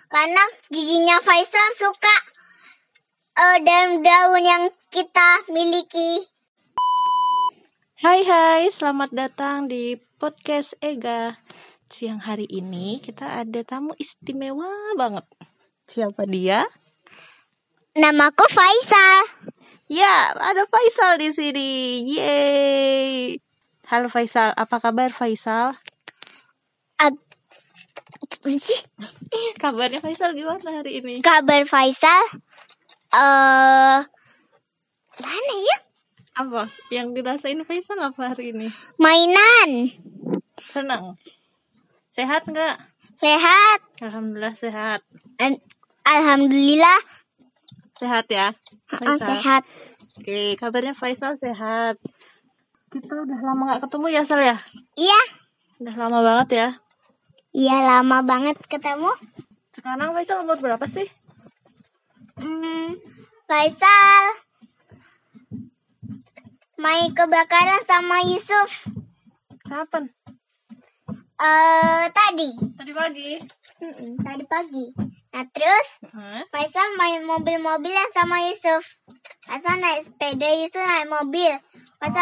karena giginya Faisal suka daun-daun yang kita miliki. Hai, selamat datang di podcast Ega. Siang hari ini kita ada tamu istimewa banget. Siapa dia? Namaku Faisal. Ya, ada Faisal di sini. Yeay. Halo Faisal, apa kabar Faisal? Gimana sih? Kabarnya Faisal gimana hari ini? Kabar Faisal? Mana ya? Apa yang dirasain Faisal apa hari ini? Mainan. Senang? Sehat nggak? Sehat. Alhamdulillah sehat. Alhamdulillah. Sehat ya? Faisal? Sehat. Oke, kabarnya Faisal sehat. Kita udah lama gak ketemu ya, Sal ya? Iya. Udah lama banget ya? Iya, lama banget ketemu. Sekarang Faisal umur berapa sih? Faisal main kebakaran sama Yusuf. Kapan? Tadi. Tadi pagi. Tadi pagi. Nah terus Faisal main mobil-mobilan sama Yusuf. Faisal naik sepeda, Yusuf naik mobil. Faisal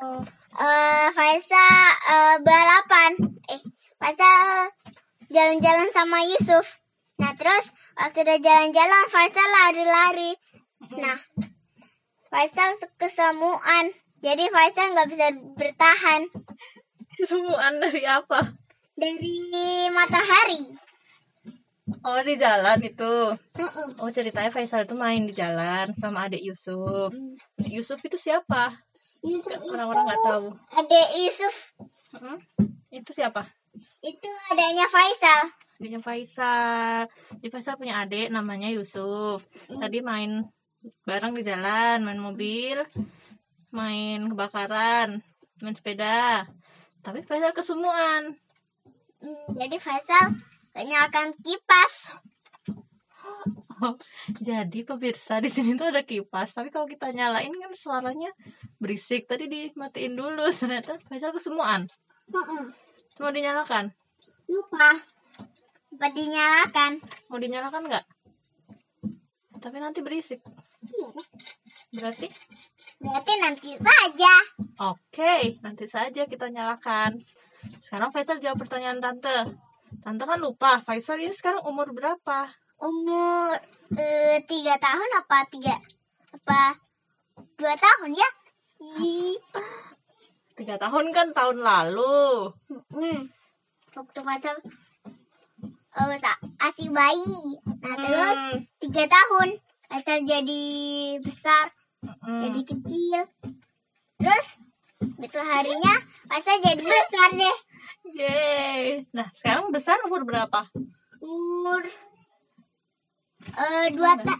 balapan. Faisal jalan-jalan sama Yusuf. Nah terus pas sudah jalan-jalan Faisal lari-lari. Nah Faisal kesemuan. Jadi Faisal nggak bisa bertahan. Kesemuan dari apa? Dari matahari. Oh, di jalan itu. Oh, ceritanya Faisal itu main di jalan sama adik Yusuf. Yusuf itu siapa? Yusuf orang-orang nggak tahu. Adik Yusuf. Itu siapa? Itu adanya Faisal. Adiknya Faisal. Jadi Faisal punya adik namanya Yusuf. Tadi main bareng di jalan, main mobil, main kebakaran, main sepeda. Tapi Faisal kesemuan. Jadi Faisal nyalakan kipas. Jadi pemirsa di sini tuh ada kipas, tapi kalau kita nyalain kan suaranya berisik. Tadi dimatiin dulu, ternyata Faisal kesemuan. Cuma dinyalakan? Lupa dinyalakan. Mau dinyalakan nggak? Tapi nanti berisik. Iya. Berarti nanti saja. Oke, nanti saja kita nyalakan. Sekarang Faisal jawab pertanyaan Tante. Tante kan lupa, Faisal ini sekarang umur berapa? Umur 3 tahun apa 2 tahun ya? 3 tahun kan tahun lalu. Waktu Faisal asih bayi. Nah terus 3 tahun Faisal jadi besar, jadi kecil. Terus besok harinya Faisal jadi besar deh. Yeay. Nah sekarang besar umur berapa? Umur 5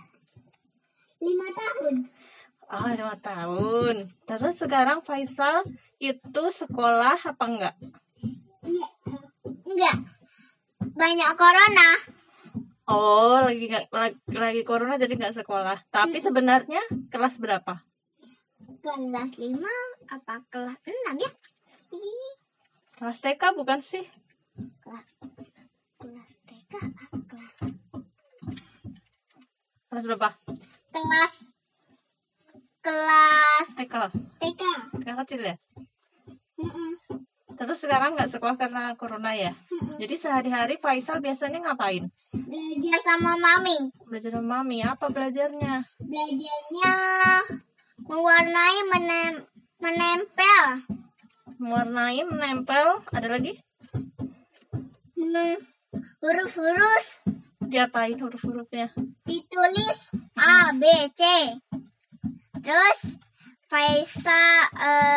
tahun. Oh, 5 tahun. Terus sekarang Faisal itu sekolah apa enggak? Iya, enggak. Banyak corona. Oh, lagi corona jadi nggak sekolah. Tapi sebenarnya kelas berapa? Kelas 5 apa kelas 6 ya? Kelas TK bukan sih? Kelas TK apa Kelas berapa? Kelas TK. TK. TK kecil ya? Terus sekarang nggak sekolah karena corona ya? Jadi sehari-hari Faisal biasanya ngapain? Belajar sama Mami. Belajar sama Mami. Apa belajarnya? Belajarnya mewarnai, menempel. Mewarnai, menempel. Ada lagi? Huruf-huruf. Diapain huruf-hurufnya? Ditulis A, B, C. Terus Faisal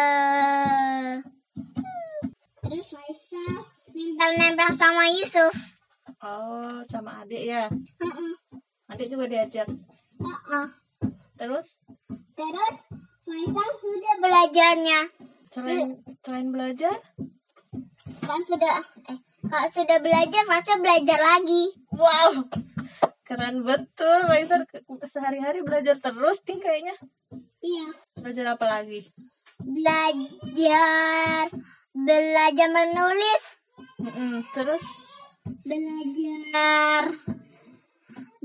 nempel-nempel sama Yusuf. Oh, sama adik ya? Adik juga diajak? Terus Faisal sudah belajarnya. Selain belajar? Kalau sudah belajar, Faisal belajar lagi. Wow, keren betul. Faisal sehari-hari belajar terus nih kayaknya. Iya. Belajar apa lagi? Belajar menulis. Terus? Belajar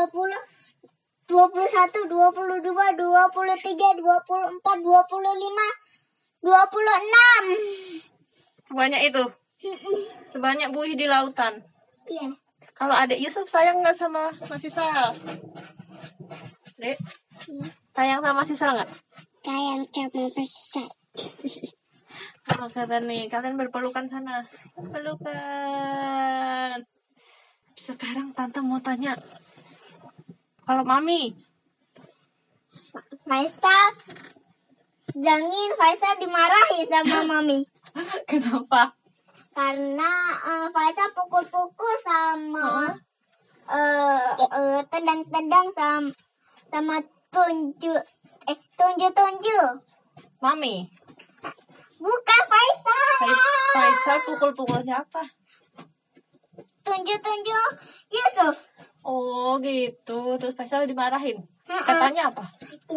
20, 21, 22, 23, 24, 25, 26. Banyak itu. Sebanyak buih di lautan. Iya. Kalau adik Yusuf sayang nggak sama Mas Isal? Dek, sayang sama Sisal nggak? Sayang sama besar. Sama kalian nih, kalian berpelukan sana. Pelukan. Sekarang tante mau tanya, kalau mami, Faisal bilangin Faisal dimarahin sama mami. kenapa? Karena Faisal pukul-pukul sama tendang-tendang sama tunjuk Mami, bukan Faisal. Faisal pukul-pukul siapa? Tunjuk Yusuf. Oh gitu, terus Faisal dimarahin. Katanya apa?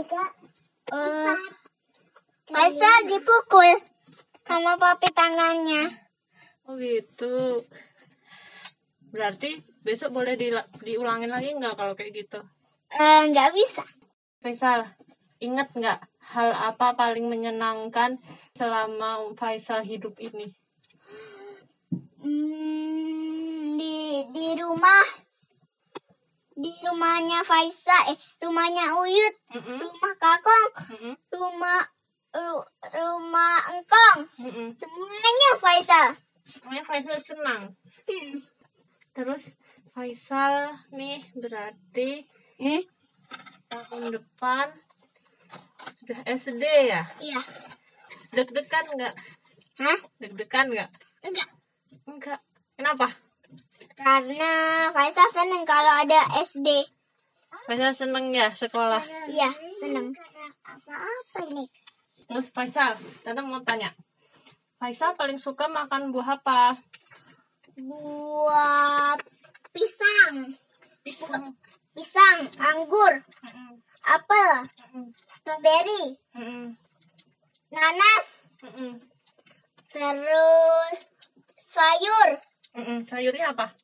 Faisal dipukul sama papi tangannya. Oh gitu. Berarti besok boleh diulangin lagi nggak kalau kayak gitu? Nggak bisa. Faisal, ingat nggak hal apa paling menyenangkan selama Faisal hidup ini? Di rumahnya Faisal, rumahnya Uyut, rumah Kakong, rumah Engkong, semuanya Faisal. Semuanya Faisal senang. Terus Faisal nih berarti tahun depan udah SD ya? Iya. Deg-degan nggak? Hah? Deg-degan nggak? Enggak. Kenapa? Karena Faisal seneng kalau ada SD. Faisal seneng ya sekolah? Iya, seneng. Apa ini? Terus Faisal, tante mau tanya. Faisal paling suka makan buah apa? Buah pisang, anggur, apel, stroberi, nanas, terus sayur. Sayurnya apa?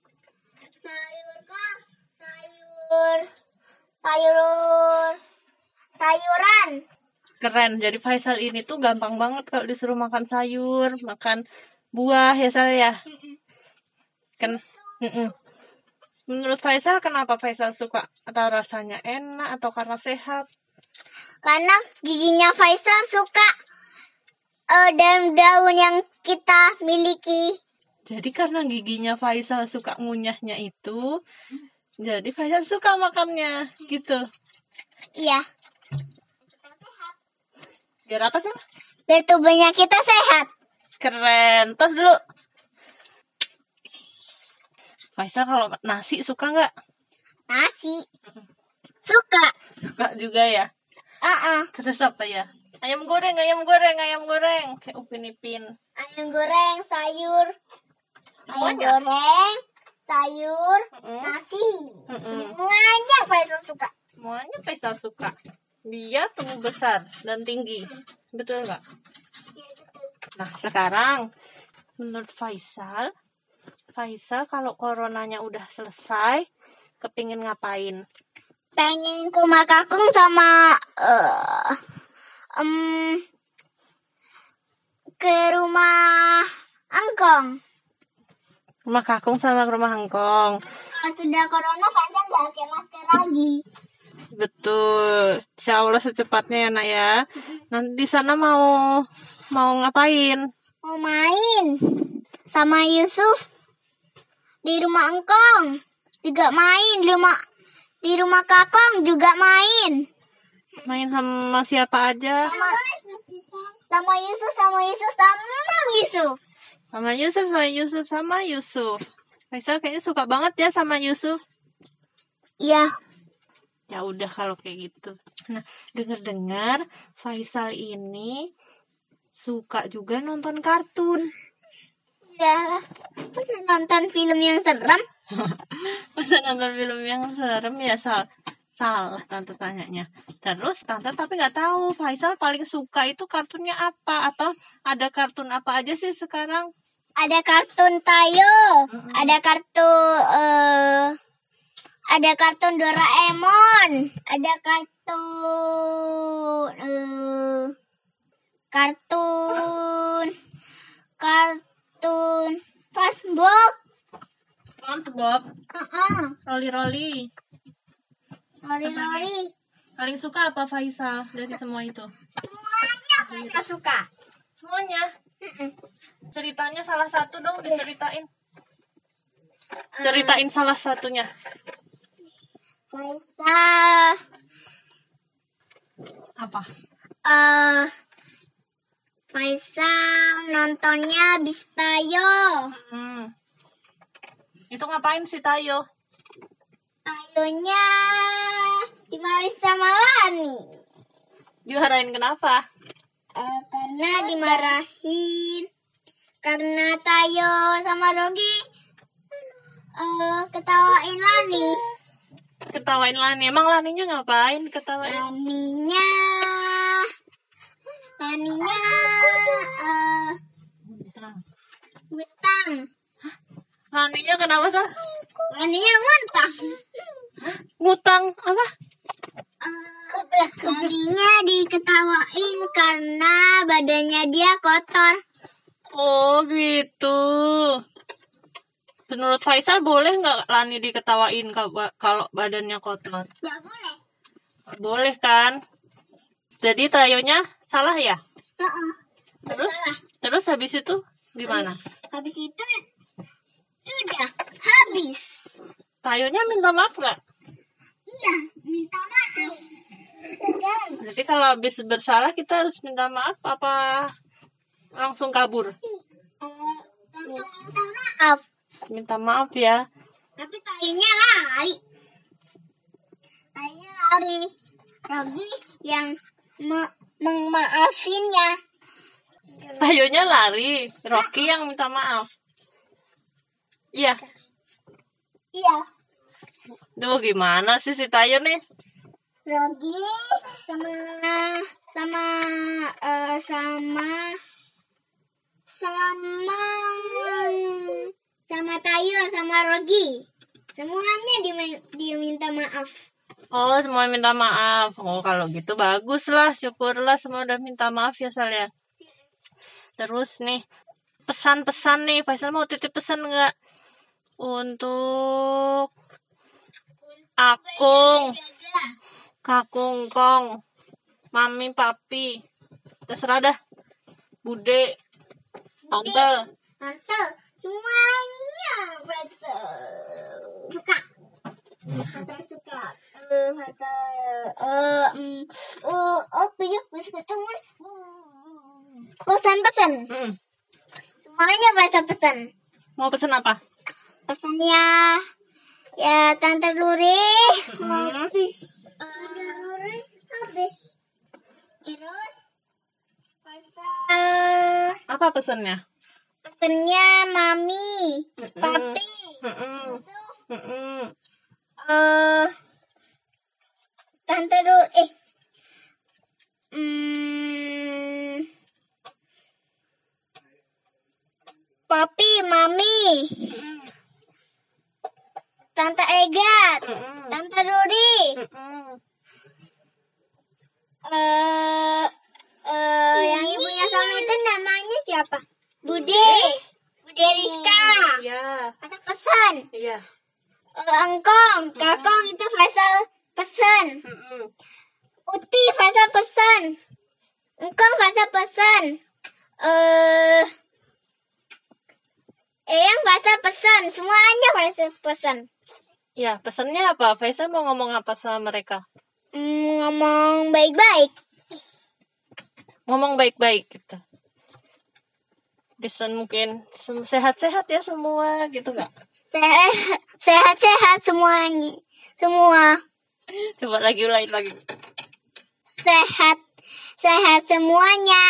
Sayuran. Keren. Jadi Faisal ini tuh gampang banget kalau disuruh makan sayur, makan buah ya saya. Menurut Faisal kenapa Faisal suka? Atau rasanya enak atau karena sehat? Karena giginya Faisal suka daun-daun yang kita miliki. Jadi karena giginya Faisal suka ngunyahnya itu, jadi Faisal suka makannya gitu. Iya. Biar apa sih? Biar tubuhnya kita sehat. Keren. Tos dulu. Faisal kalau nasi suka nggak? Nasi. Suka. Suka juga ya. Terus apa ya? Ayam goreng. Kayak Upin Ipin. Ayam goreng, sayur. Ayam goreng, sayur, nasi. Semuanya Faisal suka. Semuanya Faisal suka. Dia tumbuh besar dan tinggi. Betul nggak? Nah, sekarang menurut Faisal kalau coronanya udah selesai, kepingin ngapain? Pengen ke rumah Kakung sama ke rumah Angkong. Rumah Kakung sama rumah Angkong. Kalau sudah corona, Faisal nggak pakai masker lagi. Betul. Insya Allah secepatnya ya nak ya. Nanti di sana mau ngapain? Mau main sama Yusuf di rumah Engkong. Juga main di rumah Kakong juga main. Main sama siapa aja? Sama Yusuf. Faisal kayaknya suka banget ya sama Yusuf. Iya. Ya udah kalau kayak gitu. Nah, dengar Faisal ini suka juga nonton kartun. Ya, masa nonton film yang serem? Masa nonton film yang serem ya salah tante tanyanya. Terus tante tapi nggak tahu Faisal paling suka itu kartunnya apa, atau ada kartun apa aja sih sekarang? Ada kartun Tayo, ada kartun Doraemon, ada kartun SpongeBob. SpongeBob. Roli. Roli. Paling suka apa Faisal dari semua itu? Semuanya Faisal suka. Semuanya. Ceritanya salah satu dong diceritain. Ceritain salah satunya. Faisal Apa? Faisal nontonnya Bistayo. Itu ngapain si Tayo? Tayonya dimarahin sama Lani. Dimarahin kenapa? Karena dimarahin. Karena Tayo sama Rogi ketawain Lani. Ketawain Lani. Emang Laninya ngapain ketawain? Laninya ngutang. Laninya kenapa sih? Laninya ngutang. Ngutang apa? Laninya diketawain karena badannya dia kotor. Oh gitu. Menurut Faisal boleh nggak Lani diketawain kalau badannya kotor? Ya boleh. Boleh kan? Jadi Tayonya salah ya? Terus habis itu gimana? Habis itu sudah habis. Tayonya minta maaf nggak? Iya, minta maaf. Jadi kalau habis bersalah kita harus minta maaf apa langsung kabur? Langsung minta maaf. Minta maaf ya. Tapi Tayonya lari. Tayonya lari. Rogi yang memaafinnya. Tayonya lari, Rocky yang minta maaf. Iya. Iya. Duh gimana sih si Tayo nih? Rogi sama Tayo sama Rogi. Semuanya dia minta maaf. Oh, semua minta maaf. Oh, kalau gitu bagus lah, syukurlah semua udah minta maaf ya Sal ya. Terus nih, pesan-pesan nih, Faisal mau titip pesan nggak? Untuk Akung, Kakungkong, Mami, Papi, terserah dah. Bude, Tante. Semuanya suka. Suka. Apa ya? Pesan-pesan. Semuanya pesan-pesan. Mau pesan apa? Pesannya ya Tante Luri. Habis. Terus pesan. Apa pesannya? Pesannya Mami, Papi, Yusuf, Tante Luri. Papi, Mami, Tante Egat, Tante Ruri, yang ibunya sama itu namanya siapa? Bude Rizka. Iya. Faisal pesan. Iya. Engkong, Kakong itu Faisal pesan. Uti Faisal pesan. Engkong Faisal pesan. Eyang Faisal pesan. Semuanya Faisal pesan. Ya, pesannya apa? Faisal mau ngomong apa sama mereka? Ngomong baik-baik. Ngomong baik-baik gitu. Pesan mungkin sehat-sehat ya semua gitu nggak? Sehat-sehat semuanya. Semua. Coba lagi ulangi lagi. Sehat semuanya.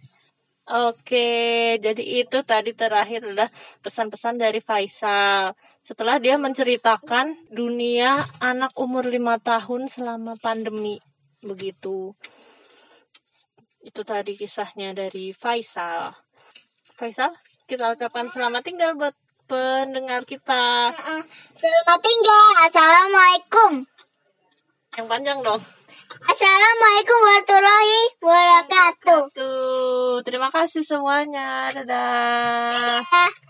Oke, jadi itu tadi terakhir adalah pesan-pesan dari Faisal. Setelah dia menceritakan dunia anak umur 5 tahun selama pandemi. Begitu. Itu tadi kisahnya dari Faisal. Faisal, kita ucapkan selamat tinggal buat pendengar kita. Selamat tinggal. Assalamualaikum. Yang panjang dong. Assalamualaikum warahmatullahi wabarakatuh. Tuh, terima kasih semuanya. Dadah. Dadah.